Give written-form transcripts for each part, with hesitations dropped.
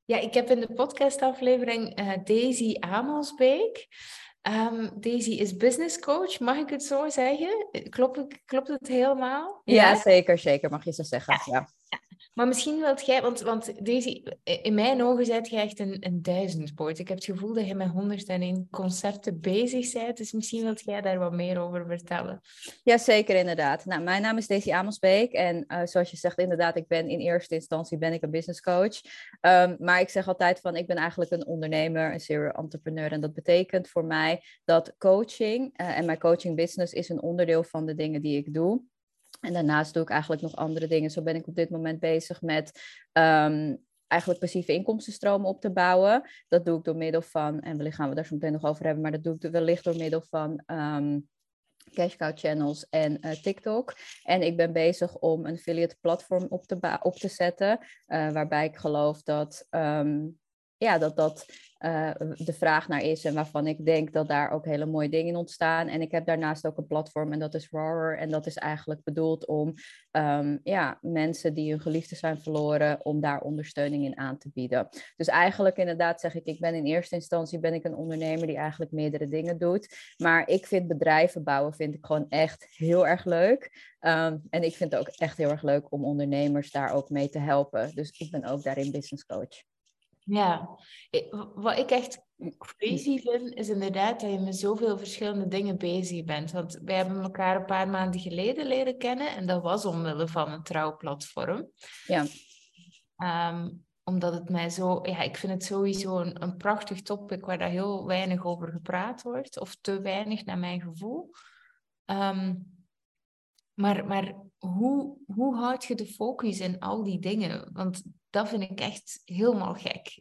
Ja, ik heb in de podcastaflevering Daisy Amelsbeek. Daisy is business coach, mag ik het zo zeggen? Klopt het helemaal? Ja, Ja? zeker, zeker. Mag je zo zeggen. Ja. Maar misschien wilt jij, want Daisy, in mijn ogen zijt jij echt een duizendpoot. Ik heb het gevoel dat je met 101 concepten bezig bent, dus misschien wilt jij daar wat meer over vertellen. Ja, zeker inderdaad. Nou, mijn naam is Daisy Amelsbeek en zoals je zegt, inderdaad, ik ben in eerste instantie een business coach. Maar ik zeg altijd van, ik ben eigenlijk een ondernemer, een serial entrepreneur. En dat betekent voor mij dat coaching en mijn coaching business is een onderdeel van de dingen die ik doe. En daarnaast doe ik eigenlijk nog andere dingen. Zo ben ik op dit moment bezig met eigenlijk passieve inkomstenstromen op te bouwen. Dat doe ik door middel van, en wellicht gaan we daar zo meteen nog over hebben, maar dat doe ik wellicht door middel van cash cow channels en TikTok. En ik ben bezig om een affiliate platform op te zetten, waarbij ik geloof dat dat de vraag naar is en waarvan ik denk dat daar ook hele mooie dingen in ontstaan. En ik heb daarnaast ook een platform en dat is Roar. En dat is eigenlijk bedoeld om mensen die hun geliefde zijn verloren, om daar ondersteuning in aan te bieden. Dus eigenlijk inderdaad zeg ik ben in eerste instantie een ondernemer die eigenlijk meerdere dingen doet. Maar ik vind bedrijven bouwen vind ik gewoon echt heel erg leuk. En ik vind het ook echt heel erg leuk om ondernemers daar ook mee te helpen. Dus ik ben ook daarin business coach. Ja, wat ik echt crazy vind, is inderdaad dat je met zoveel verschillende dingen bezig bent. Want wij hebben elkaar een paar maanden geleden leren kennen en dat was omwille van een trouwplatform. Ja. Omdat het mij zo... Ja, ik vind het sowieso een prachtig topic waar daar heel weinig over gepraat wordt. Of te weinig, naar mijn gevoel. Maar hoe houd je de focus in al die dingen? Want dat vind ik echt helemaal gek.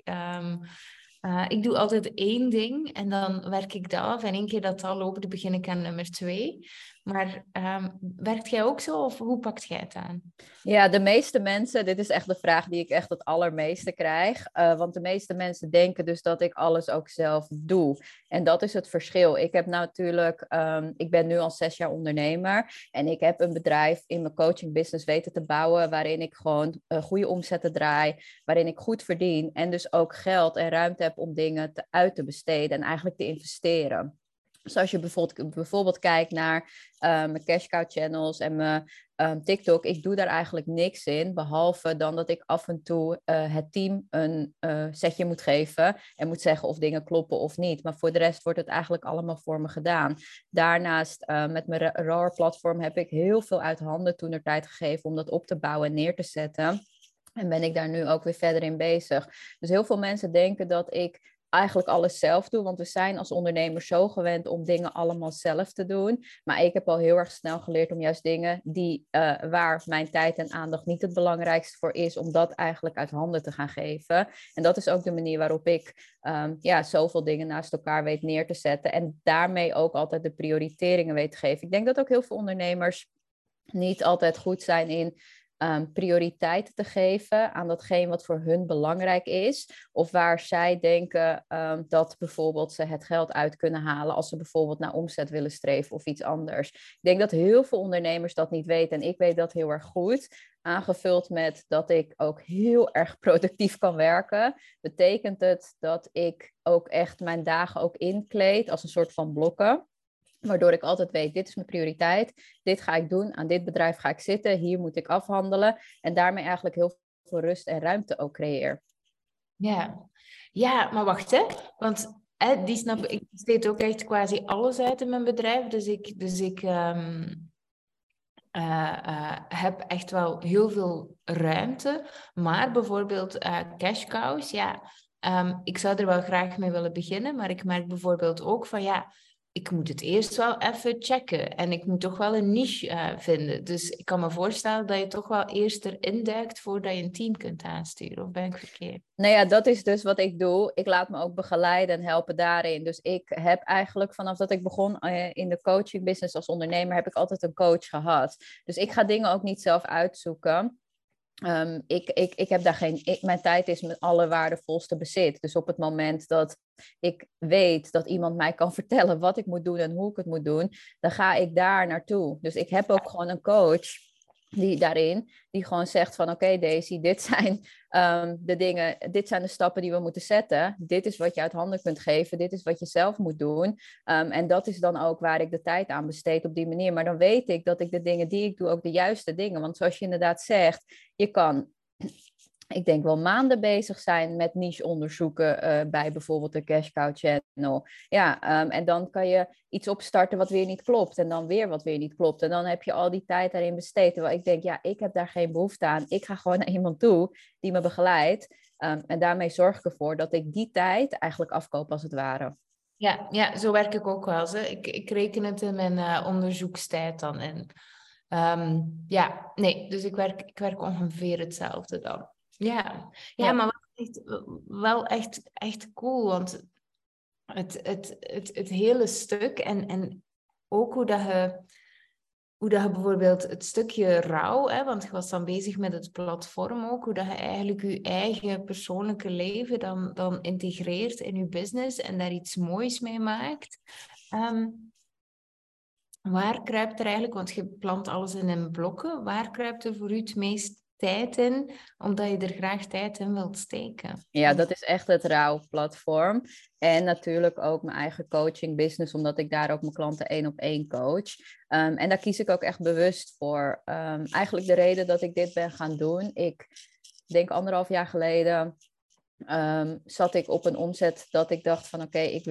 Ik doe altijd één ding en dan werk ik dat af. En één keer dat al loopt, dan begin ik aan nummer 2. Maar werkt jij ook zo of hoe pakt jij het aan? Ja, de meeste mensen, dit is echt de vraag die ik echt het allermeeste krijg. Want de meeste mensen denken dus dat ik alles ook zelf doe. En dat is het verschil. Ik heb natuurlijk, ik ben nu al 6 jaar ondernemer. En ik heb een bedrijf in mijn coaching business weten te bouwen. Waarin ik gewoon goede omzetten draai. Waarin ik goed verdien. En dus ook geld en ruimte heb om dingen uit te besteden. En eigenlijk te investeren. Dus als je bijvoorbeeld kijkt naar mijn cash cow channels en mijn TikTok, ik doe daar eigenlijk niks in, behalve dan dat ik af en toe het team een setje moet geven en moet zeggen of dingen kloppen of niet. Maar voor de rest wordt het eigenlijk allemaal voor me gedaan. Daarnaast met mijn RAR-platform heb ik heel veel uit handen toentertijd gegeven om dat op te bouwen en neer te zetten. En ben ik daar nu ook weer verder in bezig. Dus heel veel mensen denken dat ik eigenlijk alles zelf doe. Want we zijn als ondernemers zo gewend om dingen allemaal zelf te doen. Maar ik heb al heel erg snel geleerd om juist dingen waar mijn tijd en aandacht niet het belangrijkste voor is, om dat eigenlijk uit handen te gaan geven. En dat is ook de manier waarop ik zoveel dingen naast elkaar weet neer te zetten. En daarmee ook altijd de prioriteringen weet te geven. Ik denk dat ook heel veel ondernemers niet altijd goed zijn in prioriteit te geven aan datgene wat voor hun belangrijk is. Of waar zij denken dat bijvoorbeeld ze het geld uit kunnen halen als ze bijvoorbeeld naar omzet willen streven of iets anders. Ik denk dat heel veel ondernemers dat niet weten en ik weet dat heel erg goed. Aangevuld met dat ik ook heel erg productief kan werken, betekent het dat ik ook echt mijn dagen ook inkleed als een soort van blokken. Waardoor ik altijd weet, dit is mijn prioriteit. Dit ga ik doen. Aan dit bedrijf ga ik zitten. Hier moet ik afhandelen. En daarmee eigenlijk heel veel rust en ruimte ook creëer. Ja, maar wacht hè. Want die snap ik besteed ook echt quasi alles uit in mijn bedrijf. Dus ik heb echt wel heel veel ruimte. Maar bijvoorbeeld cash cows, ja, ik zou er wel graag mee willen beginnen. Maar ik merk bijvoorbeeld ook van ja, ik moet het eerst wel even checken. En ik moet toch wel een niche vinden. Dus ik kan me voorstellen dat je toch wel eerst erin duikt voordat je een team kunt aansturen. Of ben ik verkeerd? Nou ja, dat is dus wat ik doe. Ik laat me ook begeleiden en helpen daarin. Dus ik heb eigenlijk vanaf dat ik begon in de coaching business als ondernemer, heb ik altijd een coach gehad. Dus ik ga dingen ook niet zelf uitzoeken. Ik heb daar mijn tijd is mijn allerwaardevolste bezit. Dus op het moment dat ik weet dat iemand mij kan vertellen wat ik moet doen en hoe ik het moet doen, dan ga ik daar naartoe. Dus ik heb ook gewoon een coach die gewoon zegt van oké, Daisy, dit zijn de dingen, dit zijn de stappen die we moeten zetten. Dit is wat je uit handen kunt geven, dit is wat je zelf moet doen. En dat is dan ook waar ik de tijd aan besteed op die manier. Maar dan weet ik dat ik de dingen die ik doe ook de juiste dingen. Want zoals je inderdaad zegt, je kan, ik denk wel maanden bezig zijn met niche onderzoeken bij bijvoorbeeld de Cash Cow Channel. Ja, en dan kan je iets opstarten wat weer niet klopt en dan weer wat weer niet klopt. En dan heb je al die tijd daarin besteed. Terwijl ik denk, ja, ik heb daar geen behoefte aan. Ik ga gewoon naar iemand toe die me begeleidt. En daarmee zorg ik ervoor dat ik die tijd eigenlijk afkoop als het ware. Ja, zo werk ik ook wel. Hè. Ik reken het in mijn onderzoekstijd dan in. Nee, dus ik werk ongeveer hetzelfde dan. Ja, maar wel echt cool, want het hele stuk en ook hoe dat je bijvoorbeeld het stukje rouw, hè, want je was dan bezig met het platform ook, hoe dat je eigenlijk je eigen persoonlijke leven dan integreert in je business en daar iets moois mee maakt. Waar kruipt er eigenlijk, want je plant alles in blokken, waar kruipt er voor u het meest tijd in, omdat je er graag tijd in wilt steken? Ja, dat is echt het Rauw-platform. En natuurlijk ook mijn eigen coaching business, omdat ik daar ook mijn klanten 1-op-1 coach. En daar kies ik ook echt bewust voor. Eigenlijk de reden dat ik dit ben gaan doen. Ik denk 1,5 jaar geleden zat ik op een omzet dat ik dacht van oké, ik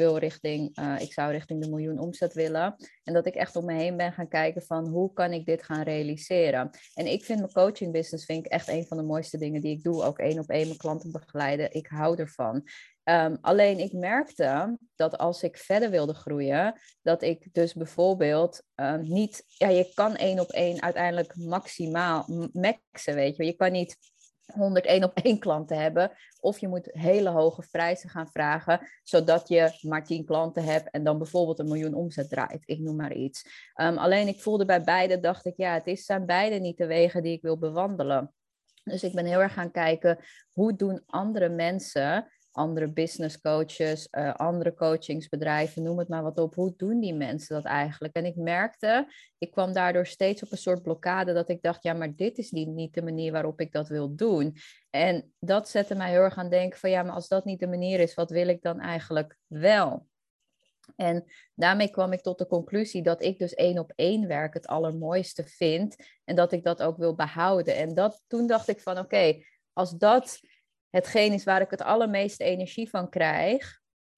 zou richting de miljoen omzet willen. En dat ik echt om me heen ben gaan kijken van hoe kan ik dit gaan realiseren. En ik vind mijn coaching business vind ik echt een van de mooiste dingen die ik doe. Ook 1-op-1 mijn klanten begeleiden. Ik hou ervan. Alleen ik merkte dat als ik verder wilde groeien, dat ik dus bijvoorbeeld niet, ja, je kan 1-op-1 uiteindelijk maximaal maxen, weet je. Je kan niet 100 1-op-1 klanten hebben. Of je moet hele hoge prijzen gaan vragen, zodat je maar 10 klanten hebt en dan bijvoorbeeld 1 miljoen omzet draait. Ik noem maar iets. Alleen ik voelde bij beide, dacht ik, ja, zijn beide niet de wegen die ik wil bewandelen. Dus ik ben heel erg gaan kijken, hoe doen andere mensen, andere business coaches, andere coachingsbedrijven, noem het maar wat op. Hoe doen die mensen dat eigenlijk? En ik merkte, ik kwam daardoor steeds op een soort blokkade dat ik dacht, ja, maar dit is niet de manier waarop ik dat wil doen. En dat zette mij heel erg aan denken van, ja, maar als dat niet de manier is, wat wil ik dan eigenlijk wel? En daarmee kwam ik tot de conclusie dat ik dus 1-op-1 werk het allermooiste vind en dat ik dat ook wil behouden. En toen dacht ik van oké, als dat hetgeen is waar ik het allermeeste energie van krijg,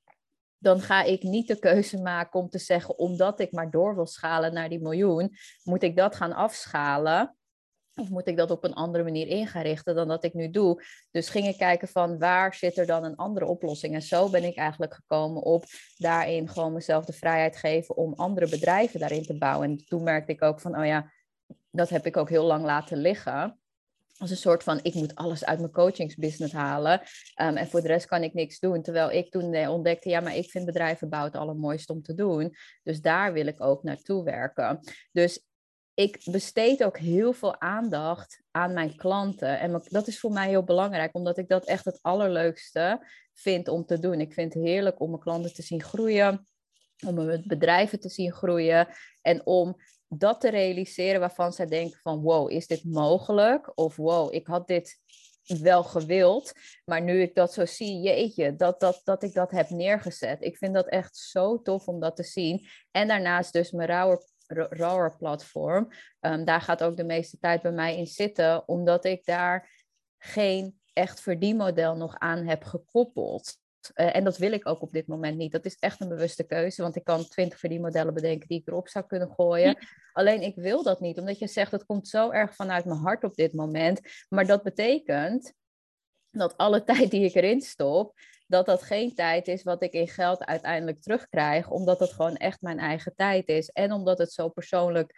dan ga ik niet de keuze maken om te zeggen, omdat ik maar door wil schalen naar die miljoen, moet ik dat gaan afschalen. Of moet ik dat op een andere manier in gaan richten dan dat ik nu doe? Dus ging ik kijken van waar zit er dan een andere oplossing? En zo ben ik eigenlijk gekomen op daarin gewoon mezelf de vrijheid geven om andere bedrijven daarin te bouwen. En toen merkte ik ook van, oh ja, dat heb ik ook heel lang laten liggen. Als een soort van, ik moet alles uit mijn coachingsbusiness halen. En voor de rest kan ik niks doen. Terwijl ik toen ontdekte, ja, maar ik vind bedrijven bouwen het allermooiste om te doen. Dus daar wil ik ook naartoe werken. Dus ik besteed ook heel veel aandacht aan mijn klanten. En dat is voor mij heel belangrijk, omdat ik dat echt het allerleukste vind om te doen. Ik vind het heerlijk om mijn klanten te zien groeien, om mijn bedrijven te zien groeien en om dat te realiseren waarvan zij denken van wow, is dit mogelijk? Of wow, ik had dit wel gewild, maar nu ik dat zo zie, jeetje, dat ik dat heb neergezet. Ik vind dat echt zo tof om dat te zien. En daarnaast dus mijn Rauwer platform. Daar gaat ook de meeste tijd bij mij in zitten, omdat ik daar geen echt verdienmodel nog aan heb gekoppeld. En dat wil ik ook op dit moment niet. Dat is echt een bewuste keuze, want ik kan 20 verdienmodellen bedenken die ik erop zou kunnen gooien. Alleen ik wil dat niet, omdat je zegt, het komt zo erg vanuit mijn hart op dit moment. Maar dat betekent dat alle tijd die ik erin stop, dat geen tijd is wat ik in geld uiteindelijk terugkrijg, omdat het gewoon echt mijn eigen tijd is. En omdat het zo persoonlijk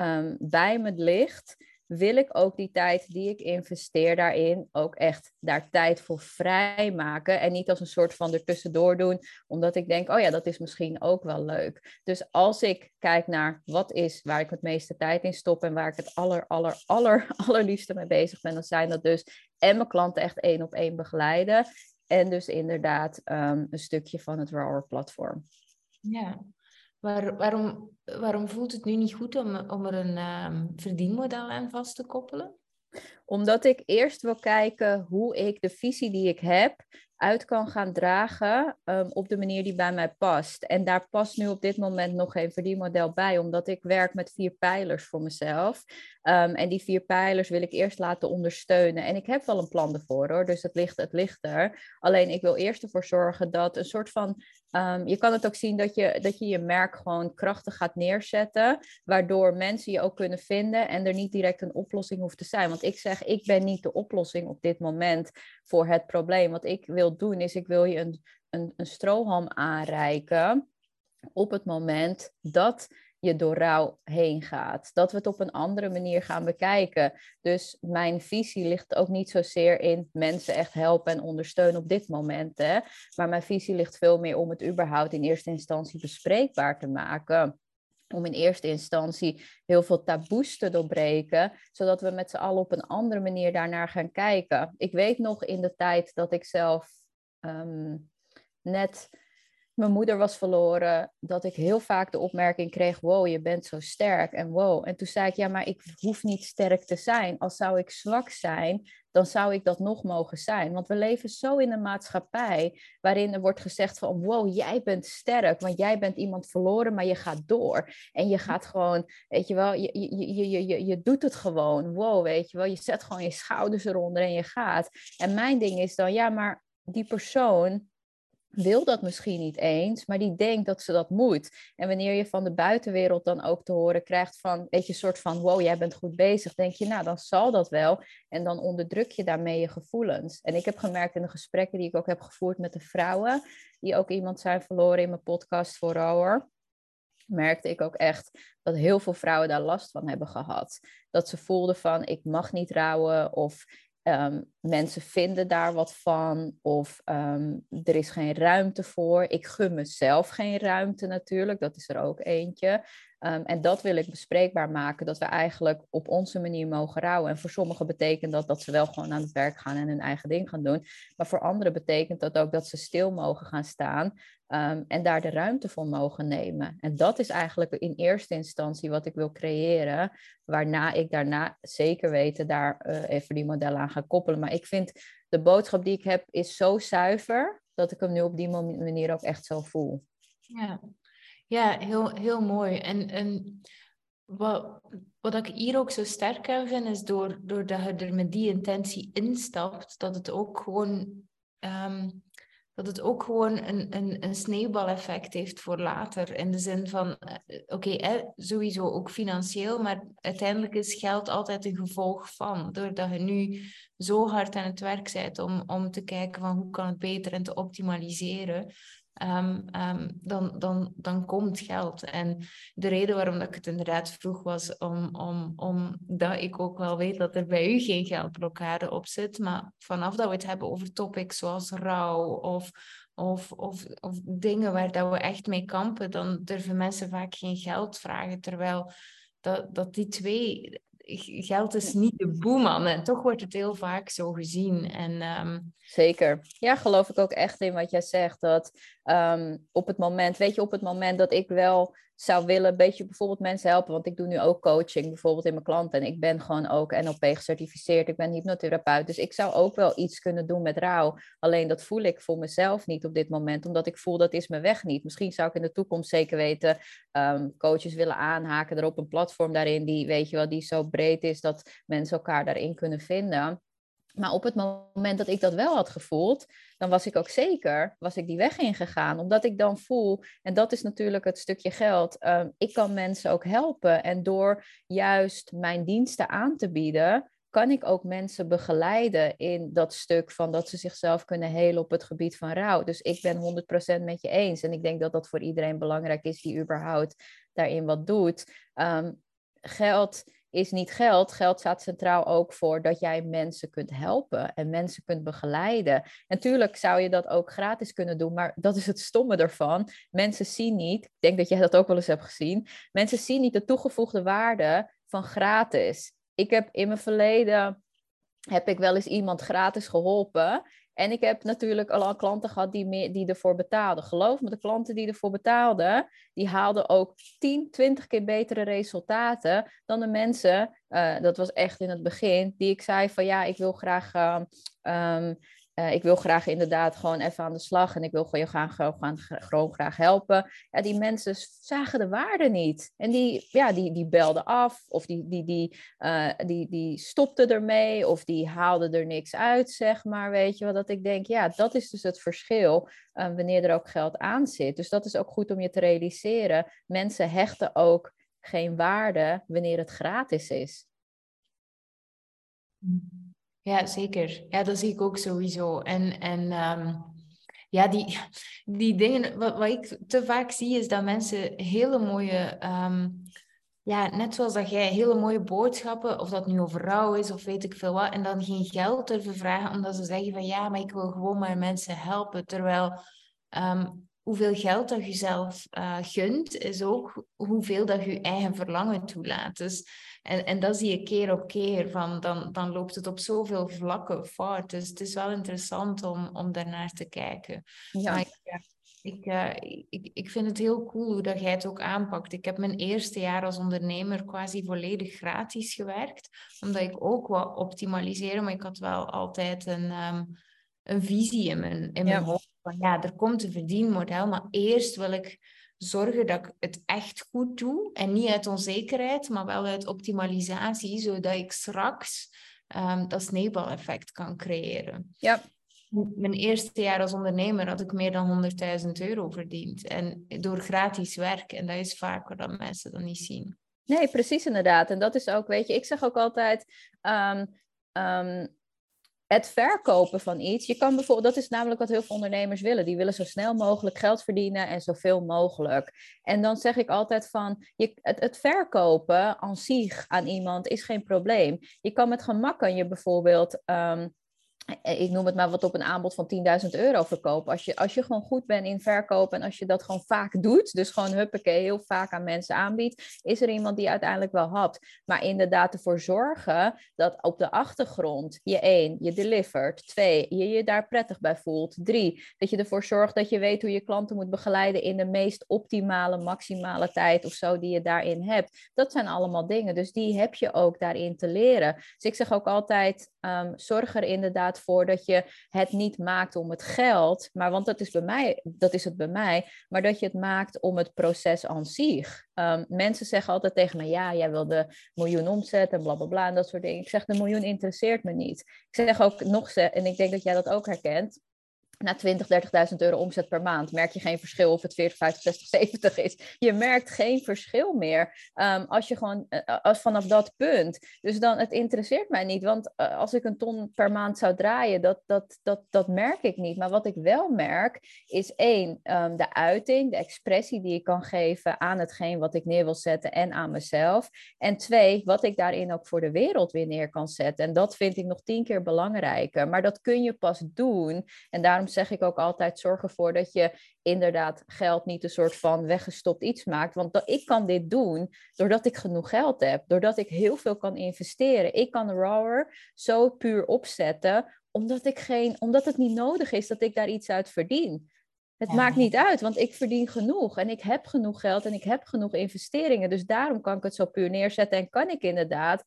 bij me ligt, wil ik ook die tijd die ik investeer daarin ook echt daar tijd voor vrijmaken. En niet als een soort van ertussendoor doen, omdat ik denk, oh ja, dat is misschien ook wel leuk. Dus als ik kijk naar wat is waar ik het meeste tijd in stop en waar ik het allerliefste mee bezig ben, dan zijn dat dus en mijn klanten echt 1-op-1 begeleiden. En dus inderdaad een stukje van het Rauwer platform. Ja, waarom voelt het nu niet goed om er een verdienmodel aan vast te koppelen? Omdat ik eerst wil kijken hoe ik de visie die ik heb uit kan gaan dragen op de manier die bij mij past. En daar past nu op dit moment nog geen verdienmodel bij, omdat ik werk met 4 pijlers voor mezelf. En die 4 pijlers wil ik eerst laten ondersteunen. En ik heb wel een plan ervoor hoor, dus het ligt er. Alleen ik wil eerst ervoor zorgen dat een soort van... je kan het ook zien dat je merk gewoon krachtig gaat neerzetten, waardoor mensen je ook kunnen vinden en er niet direct een oplossing hoeft te zijn. Want ik zeg, ik ben niet de oplossing op dit moment voor het probleem. Wat ik wil doen is, ik wil je een strohalm aanreiken op het moment dat je door rouw heen gaat. Dat we het op een andere manier gaan bekijken. Dus mijn visie ligt ook niet zozeer in mensen echt helpen en ondersteunen op dit moment. Hè? Maar mijn visie ligt veel meer om het überhaupt in eerste instantie bespreekbaar te maken. Om in eerste instantie heel veel taboes te doorbreken, zodat we met z'n allen op een andere manier daarnaar gaan kijken. Ik weet nog in de tijd dat ik zelf net mijn moeder was verloren, dat ik heel vaak de opmerking kreeg, wow, je bent zo sterk en wow. En toen zei ik, ja, maar ik hoef niet sterk te zijn. Als zou ik zwak zijn, dan zou ik dat nog mogen zijn. Want we leven zo in een maatschappij waarin er wordt gezegd van, wow, jij bent sterk, want jij bent iemand verloren, maar je gaat door. En je gaat gewoon, weet je wel, je doet het gewoon. Wow, weet je wel, je zet gewoon je schouders eronder en je gaat. En mijn ding is dan, ja, maar die persoon wil dat misschien niet eens, maar die denkt dat ze dat moet. En wanneer je van de buitenwereld dan ook te horen krijgt van, weet je, een soort van, wow, jij bent goed bezig, denk je, nou, dan zal dat wel. En dan onderdruk je daarmee je gevoelens. En ik heb gemerkt in de gesprekken die ik ook heb gevoerd met de vrouwen, die ook iemand zijn verloren in mijn podcast voor Rouwer, merkte ik ook echt dat heel veel vrouwen daar last van hebben gehad. Dat ze voelden van, ik mag niet rouwen, of mensen vinden daar wat van, of er is geen ruimte voor. Ik gun mezelf geen ruimte natuurlijk, dat is er ook eentje. En dat wil ik bespreekbaar maken, dat we eigenlijk op onze manier mogen rouwen. En voor sommigen betekent dat ze wel gewoon aan het werk gaan en hun eigen ding gaan doen. Maar voor anderen betekent dat ook dat ze stil mogen gaan staan en daar de ruimte voor mogen nemen. En dat is eigenlijk in eerste instantie wat ik wil creëren, waarna ik daarna zeker weten daar even die modellen aan ga koppelen. Maar ik vind de boodschap die ik heb is zo zuiver, dat ik hem nu op die manier ook echt zo voel. Ja, heel, heel mooi. En wat ik hier ook zo sterk aan vind, is doordat je er met die intentie instapt, dat het ook gewoon een sneeuwbaleffect heeft voor later. In de zin van, sowieso ook financieel, maar uiteindelijk is geld altijd een gevolg van. Doordat je nu zo hard aan het werk bent om te kijken van hoe kan het beter en te optimaliseren, dan komt geld. En de reden waarom dat ik het inderdaad vroeg was omdat ik ook wel weet dat er bij u geen geldblokkade op zit. Maar vanaf dat we het hebben over topics zoals rouw of dingen waar dat we echt mee kampen, dan durven mensen vaak geen geld vragen. Terwijl dat die twee... Geld is niet de boeman en toch wordt het heel vaak zo gezien. En zeker. Ja, geloof ik ook echt in wat jij zegt. Dat op het moment dat ik wel zou willen, een beetje bijvoorbeeld mensen helpen. Want ik doe nu ook coaching bijvoorbeeld in mijn klanten. En ik ben gewoon ook NLP gecertificeerd. Ik ben hypnotherapeut. Dus ik zou ook wel iets kunnen doen met rouw. Alleen dat voel ik voor mezelf niet op dit moment. Omdat ik voel dat is mijn weg niet. Misschien zou ik in de toekomst zeker weten coaches willen aanhaken. Er op een platform daarin die, weet je wel, die zo breed is dat mensen elkaar daarin kunnen vinden. Maar op het moment dat ik dat wel had gevoeld, dan was ik ook zeker, was ik die weg ingegaan. Omdat ik dan voel, en dat is natuurlijk het stukje geld, ik kan mensen ook helpen. En door juist mijn diensten aan te bieden, kan ik ook mensen begeleiden in dat stuk van dat ze zichzelf kunnen helen op het gebied van rouw. Dus ik ben 100% met je eens. En ik denk dat dat voor iedereen belangrijk is die überhaupt daarin wat doet. Geld is niet geld. Geld staat centraal ook voor dat jij mensen kunt helpen en mensen kunt begeleiden. En natuurlijk zou je dat ook gratis kunnen doen, maar dat is het stomme ervan. Mensen zien niet, ik denk dat jij dat ook wel eens hebt gezien, mensen zien niet de toegevoegde waarde van gratis. Ik heb in mijn verleden, heb ik wel eens iemand gratis geholpen. En ik heb natuurlijk al klanten gehad die ervoor betaalden. Geloof me, de klanten die ervoor betaalden, die haalden ook 10, 20 keer betere resultaten dan de mensen, dat was echt in het begin, die ik zei van ja, ik wil graag inderdaad gewoon even aan de slag en ik wil gewoon graag helpen. Ja, die mensen zagen de waarde niet. En die belden af of die stopten ermee of die haalden er niks uit, zeg maar. Weet je wel, dat ik denk, ja, dat is dus het verschil wanneer er ook geld aan zit. Dus dat is ook goed om je te realiseren. Mensen hechten ook geen waarde wanneer het gratis is. Ja, zeker. Ja, dat zie ik ook sowieso. Ja, die dingen, wat ik te vaak zie, is dat mensen hele mooie, ja, net zoals dat jij, hele mooie boodschappen, of dat nu over rouw is of weet ik veel wat, en dan geen geld durven vragen, omdat ze zeggen van ja, maar ik wil gewoon maar mensen helpen. Terwijl hoeveel geld dat je zelf gunt, is ook hoeveel dat je eigen verlangen toelaat. Dus, en dat zie je keer op keer, dan loopt het op zoveel vlakken fout. Dus het is wel interessant om daarnaar te kijken. Ja. Maar ik vind het heel cool hoe dat jij het ook aanpakt. Ik heb mijn eerste jaar als ondernemer quasi volledig gratis gewerkt, omdat ik ook wou optimaliseren, maar ik had wel altijd een visie in mijn hoofd. Van ja, er komt een verdienmodel, maar eerst wil ik zorgen dat ik het echt goed doe. En niet uit onzekerheid, maar wel uit optimalisatie, zodat ik straks dat sneeuwbaleffect kan creëren. Ja. Mijn eerste jaar als ondernemer had ik meer dan 100.000 euro verdiend. En door gratis werk. En dat is vaker dan mensen dat niet zien. Nee, precies inderdaad. En dat is ook, weet je, ik zeg ook altijd... het verkopen van iets. Je kan bijvoorbeeld, dat is namelijk wat heel veel ondernemers willen. Die willen zo snel mogelijk geld verdienen en zoveel mogelijk. En dan zeg ik altijd van, het verkopen aan zich aan iemand is geen probleem. Je kan met gemak bijvoorbeeld... ik noem het maar wat op een aanbod van 10.000 euro verkopen. Als je gewoon goed bent in verkopen en als je dat gewoon vaak doet, dus gewoon huppakee, heel vaak aan mensen aanbiedt, is er iemand die uiteindelijk wel hapt. Maar inderdaad ervoor zorgen dat op de achtergrond je delivert. 2, je daar prettig bij voelt. 3, dat je ervoor zorgt dat je weet hoe je klanten moet begeleiden in de meest optimale, maximale tijd of zo die je daarin hebt. Dat zijn allemaal dingen. Dus die heb je ook daarin te leren. Dus ik zeg ook altijd, zorg er inderdaad voor dat je het niet maakt om het geld, maar want dat is het bij mij, maar dat je het maakt om het proces aan zich. Mensen zeggen altijd tegen me, ja, jij wil de miljoen omzet en blablabla bla, bla, en dat soort dingen. Ik zeg, de miljoen interesseert me niet. Ik zeg ook en ik denk dat jij dat ook herkent, na 20.000, 30.000 euro omzet per maand merk je geen verschil of het 40, 50, 60, 70 is. Je merkt geen verschil meer als je gewoon als vanaf dat punt. Dus dan, het interesseert mij niet, want als ik een ton per maand zou draaien, dat merk ik niet. Maar wat ik wel merk is 1, de uiting, de expressie die ik kan geven aan hetgeen wat ik neer wil zetten en aan mezelf. En 2, wat ik daarin ook voor de wereld weer neer kan zetten. En dat vind ik nog 10 keer belangrijker. Maar dat kun je pas doen. En daarom zeg ik ook altijd, zorg ervoor dat je inderdaad geld niet een soort van weggestopt iets maakt. Want ik kan dit doen doordat ik genoeg geld heb. Doordat ik heel veel kan investeren. Ik kan Rower zo puur opzetten, omdat het niet nodig is dat ik daar iets uit verdien. Het maakt niet uit, want ik verdien genoeg. En ik heb genoeg geld en ik heb genoeg investeringen. Dus daarom kan ik het zo puur neerzetten. En kan ik inderdaad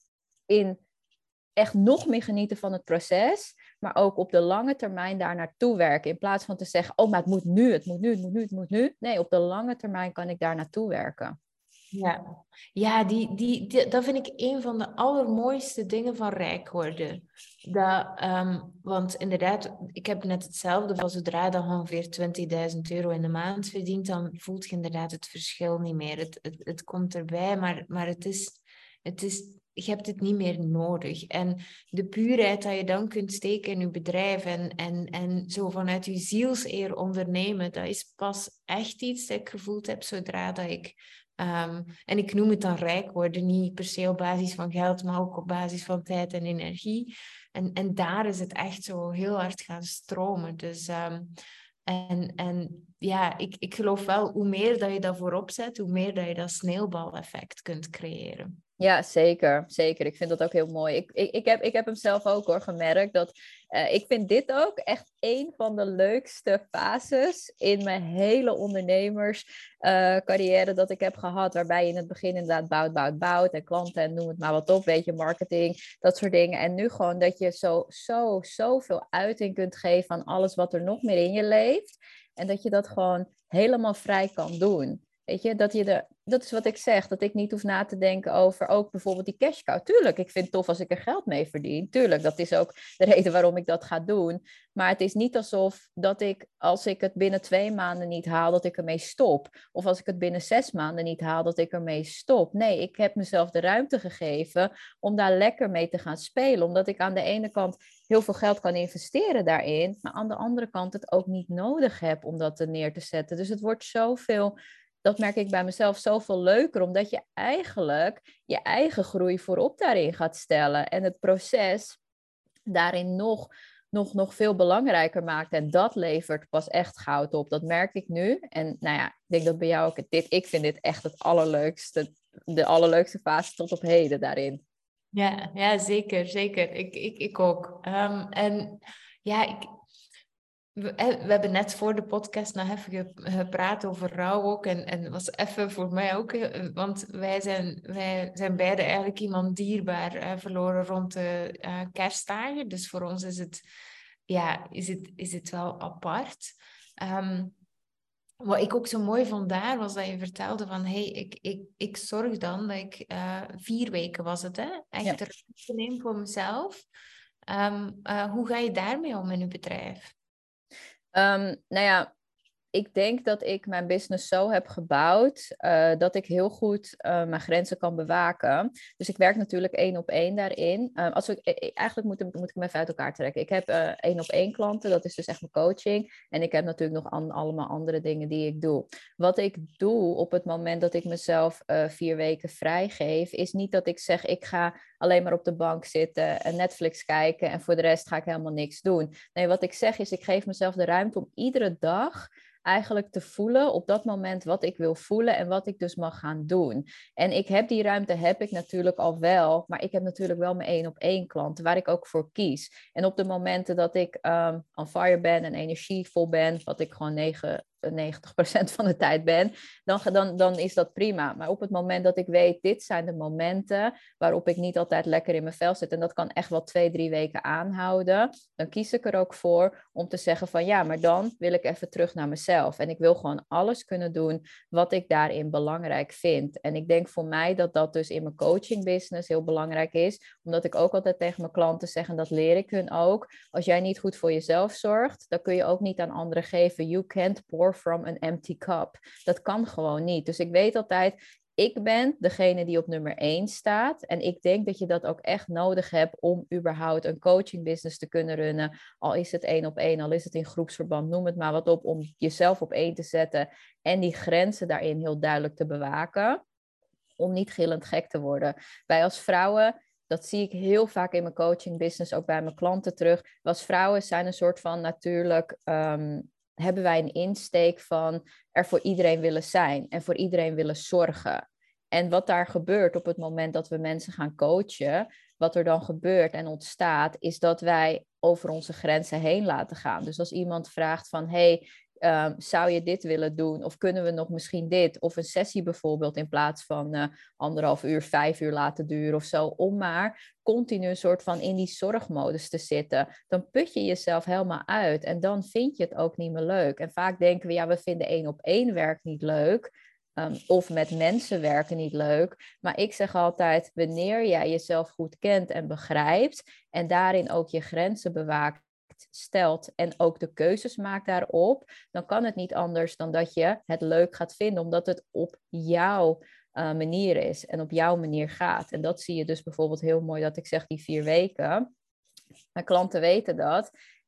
echt nog meer genieten van het proces, maar ook op de lange termijn daar naartoe werken. In plaats van te zeggen, oh, maar het moet nu, het moet nu, het moet nu, het moet nu. Nee, op de lange termijn kan ik daar naartoe werken. Ja, dat vind ik een van de allermooiste dingen van rijk worden. Want inderdaad, ik heb net hetzelfde van zodra je ongeveer 20.000 euro in de maand verdient, dan voelt je inderdaad het verschil niet meer. Het komt erbij, maar je hebt het niet meer nodig. En de puurheid dat je dan kunt steken in je bedrijf en zo vanuit je zielseer ondernemen, dat is pas echt iets dat ik gevoeld heb zodra dat ik... en ik noem het dan rijk worden, niet per se op basis van geld, maar ook op basis van tijd en energie. En daar is het echt zo heel hard gaan stromen. Dus, ja, ik geloof wel, hoe meer dat je dat voorop zet, hoe meer dat je dat sneeuwbaleffect kunt creëren. Ja, zeker. Zeker. Ik vind dat ook heel mooi. Ik heb hem zelf ook hoor gemerkt. Ik vind dit ook echt een van de leukste fases in mijn hele ondernemerscarrière dat ik heb gehad. Waarbij je in het begin inderdaad bouwt. En klanten en noem het maar wat op. Weet je, marketing, dat soort dingen. En nu gewoon dat je zoveel uiting kunt geven aan alles wat er nog meer in je leeft. En dat je dat gewoon helemaal vrij kan doen. Weet je, dat is wat ik zeg, dat ik niet hoef na te denken over ook bijvoorbeeld die cash cow. Tuurlijk, ik vind het tof als ik er geld mee verdien. Tuurlijk, dat is ook de reden waarom ik dat ga doen. Maar het is niet alsof dat ik, als ik het binnen 2 maanden niet haal, dat ik ermee stop. Of als ik het binnen 6 maanden niet haal, dat ik ermee stop. Nee, ik heb mezelf de ruimte gegeven om daar lekker mee te gaan spelen. Omdat ik aan de ene kant heel veel geld kan investeren daarin, maar aan de andere kant het ook niet nodig heb om dat er neer te zetten. Dus het wordt zoveel, dat merk ik bij mezelf, zoveel leuker, omdat je eigenlijk je eigen groei voorop daarin gaat stellen en het proces daarin nog veel belangrijker maakt. En dat levert pas echt goud op. Dat merk ik nu. En nou ja, ik denk dat bij jou ook ik vind dit echt het allerleukste, de allerleukste fase tot op heden daarin. Ja, ja, zeker, zeker. Ik ook. En ja, we hebben net voor de podcast nog even gepraat over rouw ook. En was even voor mij ook, want wij zijn beide eigenlijk iemand dierbaar verloren rond de kerstdagen. Dus voor ons is het, ja, is het wel apart. Ehm, Wat ik ook zo mooi vond daar, was dat je vertelde van, hey, ik zorg dan dat ik 4 weken was het, hè? Ja. Echt er neem voor mezelf. Hoe ga je daarmee om in je bedrijf? Nou ja, ik denk dat ik mijn business zo heb gebouwd dat ik heel goed mijn grenzen kan bewaken. Dus ik werk natuurlijk 1-op-1 daarin. Eigenlijk moet ik hem even uit elkaar trekken. Ik heb 1-op-1 klanten, dat is dus echt mijn coaching. En ik heb natuurlijk nog allemaal andere dingen die ik doe. Wat ik doe op het moment dat ik mezelf 4 weken vrijgeef, is niet dat ik zeg ik ga alleen maar op de bank zitten en Netflix kijken en voor de rest ga ik helemaal niks doen. Nee, wat ik zeg is ik geef mezelf de ruimte om iedere dag eigenlijk te voelen op dat moment wat ik wil voelen en wat ik dus mag gaan doen. En ik heb die ruimte, heb ik natuurlijk al wel, maar ik heb natuurlijk wel mijn 1-op-1 klanten waar ik ook voor kies. En op de momenten dat ik on fire ben en energievol ben, wat ik gewoon 90% van de tijd ben, dan is dat prima. Maar op het moment dat ik weet, dit zijn de momenten waarop ik niet altijd lekker in mijn vel zit, en dat kan echt wel 2-3 weken aanhouden, dan kies ik er ook voor om te zeggen van ja, maar dan wil ik even terug naar mezelf. En ik wil gewoon alles kunnen doen wat ik daarin belangrijk vind. En ik denk voor mij dat dat dus in mijn coaching business heel belangrijk is, omdat ik ook altijd tegen mijn klanten zeg, en dat leer ik hun ook, als jij niet goed voor jezelf zorgt, dan kun je ook niet aan anderen geven. You can't pour from an empty cup. Dat kan gewoon niet. Dus ik weet altijd, ik ben degene die op nummer 1 staat. En ik denk dat je dat ook echt nodig hebt om überhaupt een coaching business te kunnen runnen. Al is het 1-op-1, al is het in groepsverband, noem het maar wat op, om jezelf op 1 te zetten en die grenzen daarin heel duidelijk te bewaken. Om niet gillend gek te worden. Wij als vrouwen, dat zie ik heel vaak in mijn coaching business, ook bij mijn klanten terug. We als vrouwen zijn een soort van natuurlijk, hebben wij een insteek van er voor iedereen willen zijn en voor iedereen willen zorgen. En wat daar gebeurt op het moment dat we mensen gaan coachen, wat er dan gebeurt en ontstaat, is dat wij over onze grenzen heen laten gaan. Dus als iemand vraagt van, hey, zou je dit willen doen? Of kunnen we nog misschien dit? Of een sessie bijvoorbeeld in plaats van 1,5 uur, 5 uur laten duren of zo. Om maar continu een soort van in die zorgmodus te zitten. Dan put je jezelf helemaal uit. En dan vind je het ook niet meer leuk. En vaak denken we, ja, we vinden 1-op-1 werk niet leuk. Of met mensen werken niet leuk. Maar ik zeg altijd, wanneer jij jezelf goed kent en begrijpt en daarin ook je grenzen bewaakt, stelt en ook de keuzes maakt daarop, dan kan het niet anders dan dat je het leuk gaat vinden, omdat het op jouw manier is en op jouw manier gaat. En dat zie je dus bijvoorbeeld heel mooi dat ik zeg die 4 weken. Mijn klanten weten dat.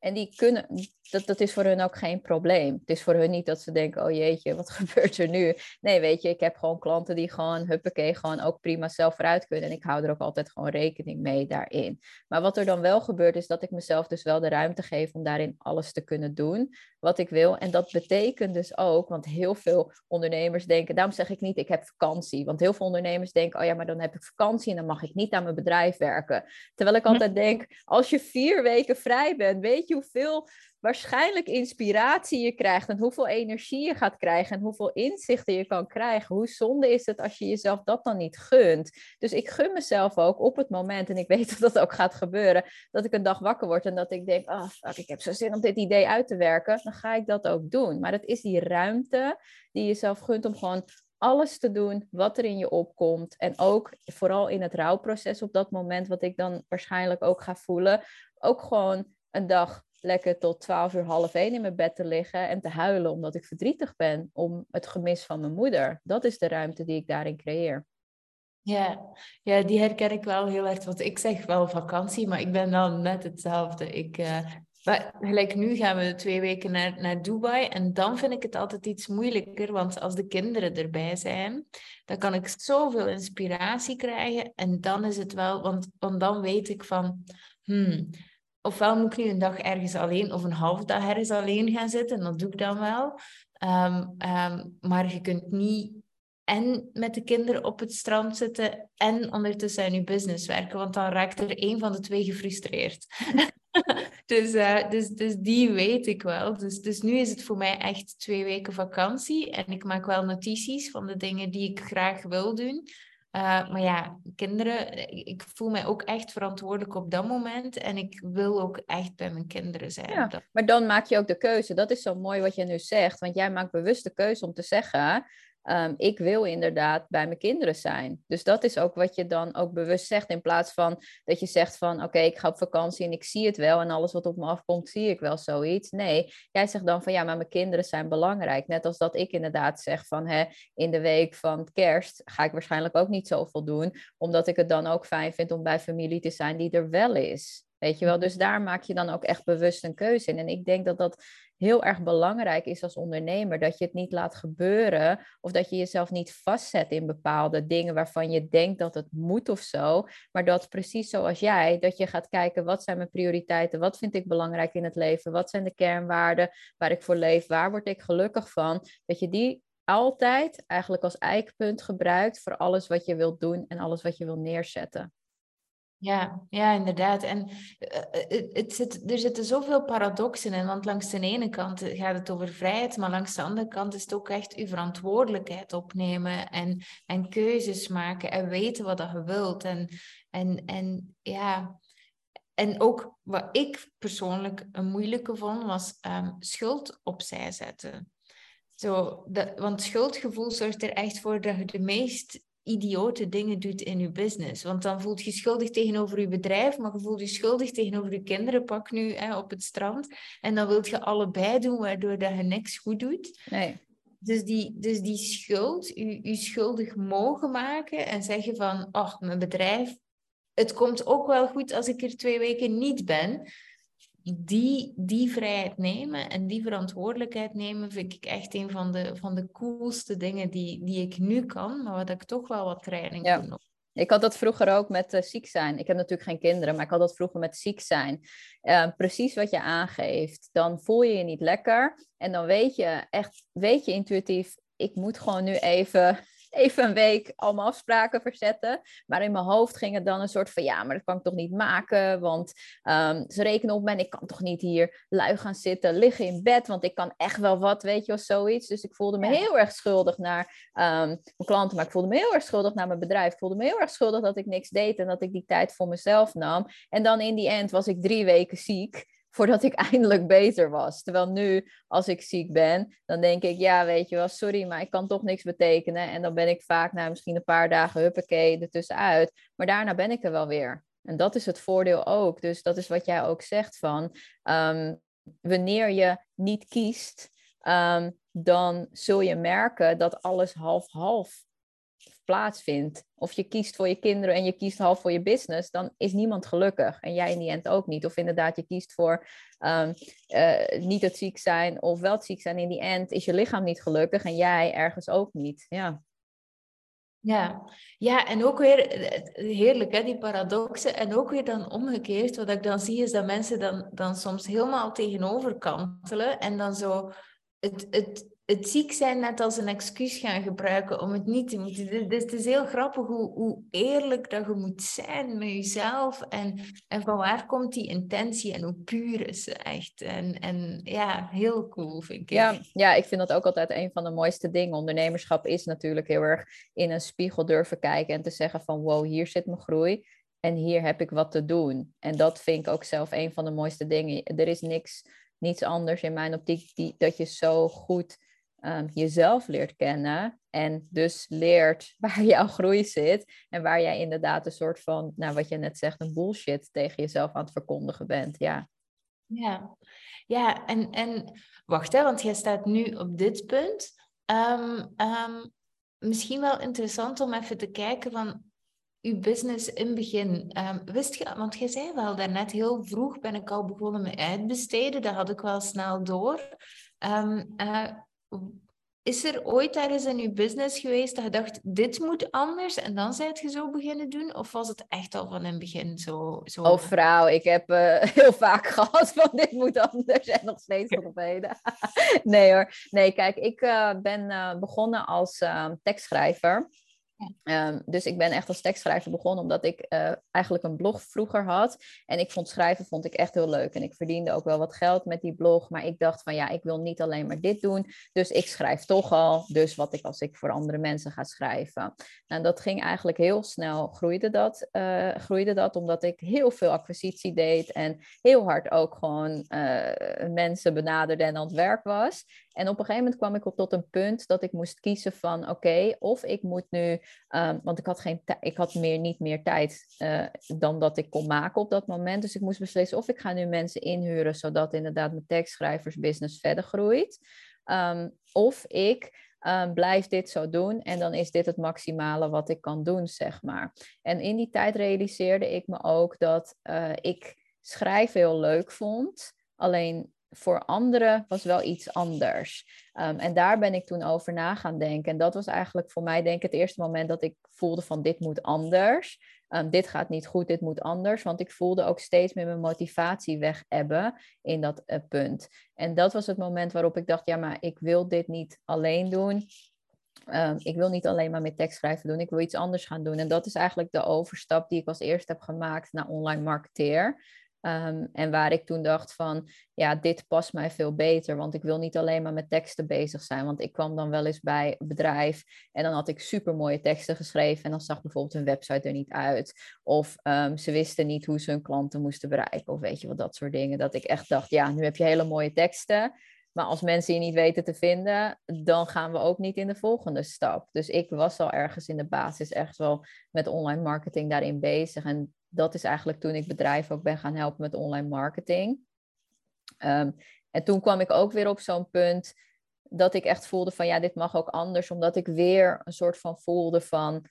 En die kunnen, dat is voor hun ook geen probleem. Het is voor hun niet dat ze denken, oh jeetje, wat gebeurt er nu? Nee, weet je, ik heb gewoon klanten die gewoon, huppakee, gewoon ook prima zelf vooruit kunnen. En ik hou er ook altijd gewoon rekening mee daarin. Maar wat er dan wel gebeurt, is dat ik mezelf dus wel de ruimte geef om daarin alles te kunnen doen wat ik wil. En dat betekent dus ook, want heel veel ondernemers denken, daarom zeg ik niet, ik heb vakantie. Want heel veel ondernemers denken, oh ja, maar dan heb ik vakantie en dan mag ik niet aan mijn bedrijf werken. Terwijl ik altijd denk, als je 4 weken vrij bent, weet je hoeveel waarschijnlijk inspiratie je krijgt en hoeveel energie je gaat krijgen en hoeveel inzichten je kan krijgen. Hoe zonde is het als je jezelf dat dan niet gunt? Dus ik gun mezelf ook op het moment, en ik weet dat dat ook gaat gebeuren, dat ik een dag wakker word en dat ik denk, oh fuck, ik heb zo zin om dit idee uit te werken, dan ga ik dat ook doen. Maar het is die ruimte die je jezelf gunt om gewoon alles te doen wat er in je opkomt. En ook vooral in het rouwproces op dat moment, wat ik dan waarschijnlijk ook ga voelen, ook gewoon een dag lekker tot 12 uur, half 1 in mijn bed te liggen en te huilen omdat ik verdrietig ben om het gemis van mijn moeder. Dat is de ruimte die ik daarin creëer. Ja, die herken ik wel heel erg. Want ik zeg wel vakantie, maar ik ben dan net hetzelfde. Maar gelijk nu gaan we 2 weken naar Dubai. En dan vind ik het altijd iets moeilijker. Want als de kinderen erbij zijn, dan kan ik zoveel inspiratie krijgen. En dan is het wel, want dan weet ik van, ofwel moet ik nu een dag ergens alleen of een halve dag ergens alleen gaan zitten. En dat doe ik dan wel. Maar je kunt niet en met de kinderen op het strand zitten en ondertussen aan je business werken, want dan raakt er één van de twee gefrustreerd. Dus die weet ik wel. Dus nu is het voor mij echt 2 weken vakantie en ik maak wel notities van de dingen die ik graag wil doen. Maar ja, kinderen, ik voel mij ook echt verantwoordelijk op dat moment en ik wil ook echt bij mijn kinderen zijn. Ja, maar dan maak je ook de keuze. Dat is zo mooi wat je nu zegt, want jij maakt bewust de keuze om te zeggen, ik wil inderdaad bij mijn kinderen zijn. Dus dat is ook wat je dan ook bewust zegt, in plaats van dat je zegt van, oké, ik ga op vakantie en ik zie het wel en alles wat op me afkomt, zie ik wel zoiets. Nee, jij zegt dan van, ja, maar mijn kinderen zijn belangrijk. Net als dat ik inderdaad zeg van, in de week van kerst ga ik waarschijnlijk ook niet zoveel doen, omdat ik het dan ook fijn vind om bij familie te zijn die er wel is. Weet je wel, dus daar maak je dan ook echt bewust een keuze in. En ik denk dat dat heel erg belangrijk is als ondernemer, dat je het niet laat gebeuren of dat je jezelf niet vastzet in bepaalde dingen waarvan je denkt dat het moet of zo, maar dat precies zoals jij, dat je gaat kijken, wat zijn mijn prioriteiten, wat vind ik belangrijk in het leven, wat zijn de kernwaarden waar ik voor leef, waar word ik gelukkig van, dat je die altijd eigenlijk als eikpunt gebruikt voor alles wat je wilt doen en alles wat je wil neerzetten. Ja, inderdaad. En er zitten zoveel paradoxen in, want langs de ene kant gaat het over vrijheid, maar langs de andere kant is het ook echt uw verantwoordelijkheid opnemen en keuzes maken en weten wat dat je wilt. En ja, en ook wat ik persoonlijk een moeilijke vond, was schuld opzij zetten. Want schuldgevoel zorgt er echt voor dat je de meest idiote dingen doet in je business. Want dan voelt je schuldig tegenover je bedrijf, maar je voelt je schuldig tegenover je kinderen, pak nu op het strand. En dan wilt je allebei doen, waardoor dat je niks goed doet. Nee. Dus die schuld, je schuldig mogen maken en zeggen van, ach, mijn bedrijf, het komt ook wel goed als ik er 2 weken niet ben. Die vrijheid nemen en die verantwoordelijkheid nemen, vind ik echt een van de coolste dingen die ik nu kan, maar wat ik toch wel wat training voor nog. Ik had dat vroeger ook met ziek zijn. Ik heb natuurlijk geen kinderen, maar ik had dat vroeger met ziek zijn. Precies wat je aangeeft. Dan voel je je niet lekker. En dan weet je intuïtief, ik moet gewoon nu even een week allemaal afspraken verzetten. Maar in mijn hoofd ging het dan een soort van, ja, maar dat kan ik toch niet maken. Want ze rekenen op me en ik kan toch niet hier lui gaan zitten, liggen in bed. Want ik kan echt wel wat, weet je wel, zoiets. Dus ik voelde me heel erg schuldig naar mijn klanten. Maar ik voelde me heel erg schuldig naar mijn bedrijf. Ik voelde me heel erg schuldig dat ik niks deed en dat ik die tijd voor mezelf nam. En dan in die end was ik 3 weken ziek voordat ik eindelijk beter was. Terwijl nu, als ik ziek ben, dan denk ik, ja, weet je wel, sorry, maar ik kan toch niks betekenen. En dan ben ik vaak na misschien een paar dagen, huppakee, ertussenuit. Maar daarna ben ik er wel weer. En dat is het voordeel ook. Dus dat is wat jij ook zegt van, wanneer je niet kiest, dan zul je merken dat alles half-half plaatsvindt, of je kiest voor je kinderen en je kiest half voor je business, dan is niemand gelukkig. En jij in die end ook niet. Of inderdaad, je kiest voor niet het ziek zijn of wel het ziek zijn. In die end is je lichaam niet gelukkig en jij ergens ook niet. Ja. Ja, en ook weer heerlijk, hè, die paradoxen. En ook weer dan omgekeerd, wat ik dan zie, is dat mensen dan soms helemaal tegenover kantelen en dan zo het ziek zijn net als een excuus gaan gebruiken om het niet te moeten. Dus het is heel grappig hoe eerlijk dat je moet zijn met jezelf en van waar komt die intentie en hoe puur is ze echt. En ja, heel cool vind ik. Ja, ik vind dat ook altijd een van de mooiste dingen. Ondernemerschap is natuurlijk heel erg in een spiegel durven kijken en te zeggen van wow, hier zit mijn groei en hier heb ik wat te doen. En dat vind ik ook zelf een van de mooiste dingen. Er is niets anders in mijn optiek dat je zo goed jezelf leert kennen en dus leert waar jouw groei zit en waar jij inderdaad een soort van, nou wat je net zegt, een bullshit tegen jezelf aan het verkondigen bent. Ja. Ja, en wacht, hè, want jij staat nu op dit punt. Misschien wel interessant om even te kijken van uw business in het begin. Wist je, want jij zei wel daarnet, heel vroeg ben ik al begonnen met uitbesteden. Dat had ik wel snel door. Ehm, eh, Is er ooit ergens in uw business geweest dat je dacht, dit moet anders en dan zijt je zo beginnen doen? Of was het echt al van in het begin zo? Oh vrouw, ik heb heel vaak gehad van dit moet anders en nog steeds tot op heden. Nee hoor. Nee, kijk, ik ben begonnen als tekstschrijver. Dus ik ben echt als tekstschrijver begonnen omdat ik eigenlijk een blog vroeger had. En ik vond schrijven vond ik echt heel leuk. En ik verdiende ook wel wat geld met die blog. Maar ik dacht van ja, ik wil niet alleen maar dit doen. Dus ik schrijf toch al. Dus wat ik als ik voor andere mensen ga schrijven. Nou, dat ging eigenlijk heel snel groeide dat omdat ik heel veel acquisitie deed. En heel hard ook gewoon mensen benaderde en aan het werk was. En op een gegeven moment kwam ik tot een punt dat ik moest kiezen van oké, of ik moet nu, want ik had niet meer tijd dan dat ik kon maken op dat moment. Dus ik moest beslissen of ik ga nu mensen inhuren, zodat inderdaad mijn tekstschrijversbusiness verder groeit. Of ik blijf dit zo doen en dan is dit het maximale wat ik kan doen, zeg maar. En in die tijd realiseerde ik me ook dat ik schrijven heel leuk vond, alleen voor anderen was wel iets anders. En daar ben ik toen over na gaan denken. En dat was eigenlijk voor mij denk ik het eerste moment dat ik voelde van dit moet anders. Dit gaat niet goed, dit moet anders. Want ik voelde ook steeds meer mijn motivatie weg ebben in dat punt. En dat was het moment waarop ik dacht, ja maar ik wil dit niet alleen doen. Ik wil niet alleen maar met tekstschrijven doen. Ik wil iets anders gaan doen. En dat is eigenlijk de overstap die ik als eerste heb gemaakt naar online marketeer. En waar ik toen dacht van, ja, dit past mij veel beter, want ik wil niet alleen maar met teksten bezig zijn, want ik kwam dan wel eens bij een bedrijf en dan had ik super mooie teksten geschreven en dan zag bijvoorbeeld hun website er niet uit, of ze wisten niet hoe ze hun klanten moesten bereiken, of weet je wat, dat soort dingen, dat ik echt dacht, ja, nu heb je hele mooie teksten, maar als mensen je niet weten te vinden, dan gaan we ook niet in de volgende stap. Dus ik was al ergens in de basis echt wel met online marketing daarin bezig. En dat is eigenlijk toen ik bedrijven ook ben gaan helpen met online marketing. En toen kwam ik ook weer op zo'n punt dat ik echt voelde van ja, dit mag ook anders. Omdat ik weer een soort van voelde van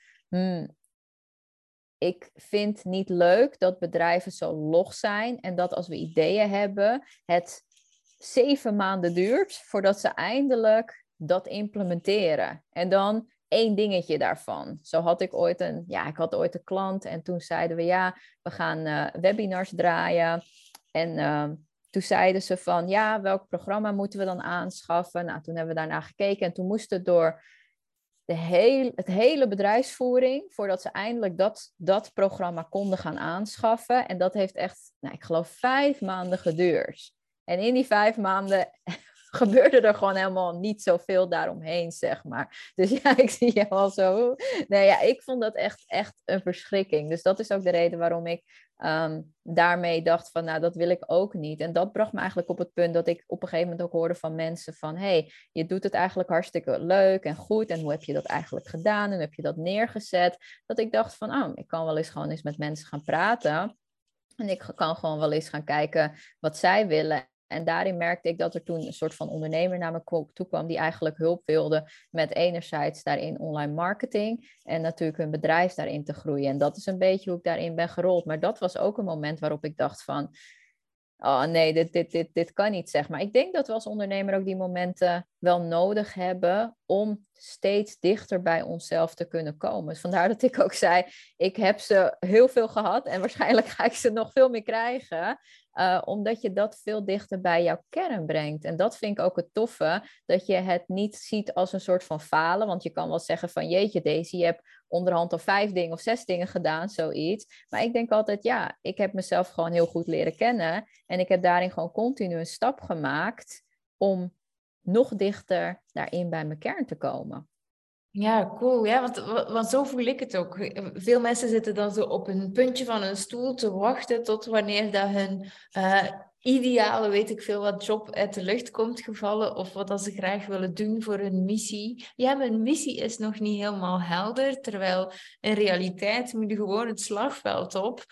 ik vind niet leuk dat bedrijven zo log zijn. En dat als we ideeën hebben, het 7 maanden duurt voordat ze eindelijk dat implementeren. En dan 1 dingetje daarvan. Zo had ik ooit ik had ooit een klant en toen zeiden we ja, we gaan webinars draaien. En toen zeiden ze van ja, welk programma moeten we dan aanschaffen? Nou, toen hebben we daarna gekeken en toen moest het door het hele bedrijfsvoering voordat ze eindelijk dat programma konden gaan aanschaffen. En dat heeft echt, ik geloof 5 maanden geduurd. En in die 5 maanden gebeurde er gewoon helemaal niet zoveel daaromheen, zeg maar. Dus ja, ik zie je al zo. Nee, ja, ik vond dat echt een verschrikking. Dus dat is ook de reden waarom ik daarmee dacht van, nou, dat wil ik ook niet. En dat bracht me eigenlijk op het punt dat ik op een gegeven moment ook hoorde van mensen van, hey, je doet het eigenlijk hartstikke leuk en goed. En hoe heb je dat eigenlijk gedaan? En hoe heb je dat neergezet? Dat ik dacht van, ik kan wel eens gewoon eens met mensen gaan praten. En ik kan gewoon wel eens gaan kijken wat zij willen. En daarin merkte ik dat er toen een soort van ondernemer naar me toe kwam die eigenlijk hulp wilde met enerzijds daarin online marketing en natuurlijk hun bedrijf daarin te groeien. En dat is een beetje hoe ik daarin ben gerold. Maar dat was ook een moment waarop ik dacht van, oh nee, dit kan niet, zeg maar. Ik denk dat we als ondernemer ook die momenten wel nodig hebben om steeds dichter bij onszelf te kunnen komen. Dus vandaar dat ik ook zei, ik heb ze heel veel gehad en waarschijnlijk ga ik ze nog veel meer krijgen. Omdat je dat veel dichter bij jouw kern brengt. En dat vind ik ook het toffe, dat je het niet ziet als een soort van falen. Want je kan wel zeggen van, jeetje Daisy, je hebt onderhand al 5 dingen of 6 dingen gedaan, zoiets. Maar ik denk altijd, ja, ik heb mezelf gewoon heel goed leren kennen. En ik heb daarin gewoon continu een stap gemaakt om nog dichter daarin bij mijn kern te komen. Ja, cool. Ja, want zo voel ik het ook. Veel mensen zitten dan zo op een puntje van een stoel te wachten tot wanneer dat hun ideale, weet ik veel wat, job uit de lucht komt gevallen of wat dat ze graag willen doen voor hun missie. Ja, mijn missie is nog niet helemaal helder, terwijl in realiteit moet je gewoon het slagveld op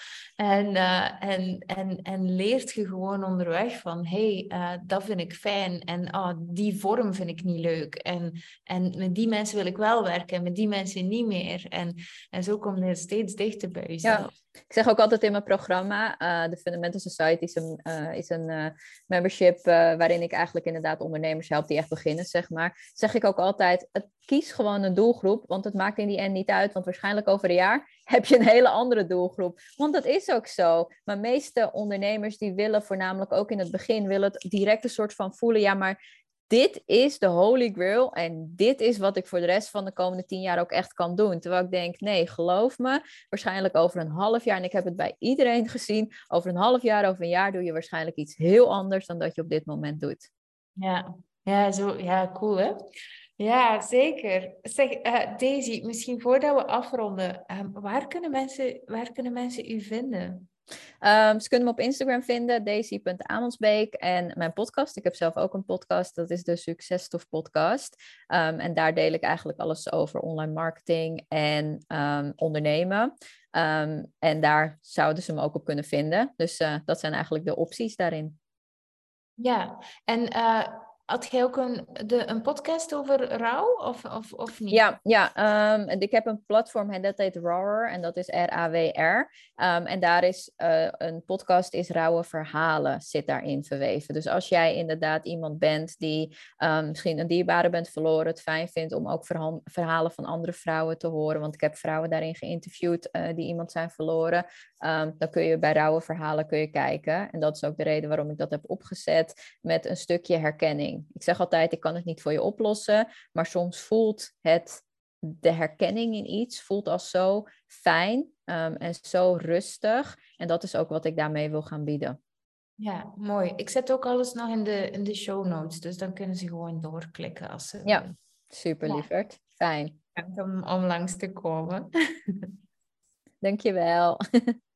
en leert je gewoon onderweg van, dat vind ik fijn en die vorm vind ik niet leuk en met die mensen wil ik wel werken en met die mensen niet meer. En zo kom je steeds dichter bij jezelf. Ja. Ik zeg ook altijd in mijn programma, de Fundamental Society is een membership waarin ik eigenlijk inderdaad ondernemers help die echt beginnen, zeg maar. Zeg ik ook altijd, kies gewoon een doelgroep, want het maakt in die end niet uit, want waarschijnlijk over een jaar heb je een hele andere doelgroep. Want dat is ook zo. Maar de meeste ondernemers die willen voornamelijk ook in het begin, willen het direct een soort van voelen, ja maar dit is de holy grail en dit is wat ik voor de rest van de komende 10 jaar ook echt kan doen. Terwijl ik denk, nee, geloof me, waarschijnlijk over een half jaar, en ik heb het bij iedereen gezien, over een half jaar, over een jaar doe je waarschijnlijk iets heel anders dan dat je op dit moment doet. Ja, cool hè? Ja, zeker. Zeg, Daisy, misschien voordat we afronden, waar kunnen mensen u vinden? Ze kunnen me op Instagram vinden, daisy.amonsbeek. En mijn podcast, ik heb zelf ook een podcast, dat is de Successtof podcast. En daar deel ik eigenlijk alles over online marketing en ondernemen. En daar zouden ze me ook op kunnen vinden. Dus dat zijn eigenlijk de opties daarin. Ja, en had jij ook een podcast over rouw of niet? Ja, en ik heb een platform en dat heet Rawer en dat is RAWR. En daar is een podcast is Rauwe Verhalen zit daarin verweven. Dus als jij inderdaad iemand bent die misschien een dierbare bent verloren, het fijn vindt om ook verhalen van andere vrouwen te horen, want ik heb vrouwen daarin geïnterviewd die iemand zijn verloren, dan kun je bij Rauwe Verhalen kun je kijken. En dat is ook de reden waarom ik dat heb opgezet met een stukje herkenning. Ik zeg altijd, ik kan het niet voor je oplossen, maar soms voelt de herkenning in iets voelt als zo fijn en zo rustig. En dat is ook wat ik daarmee wil gaan bieden. Ja, mooi. Ik zet ook alles nog in de show notes, dus dan kunnen ze gewoon doorklikken als ze Ja, willen. super lieverd. Fijn. Om langs te komen. Dankjewel.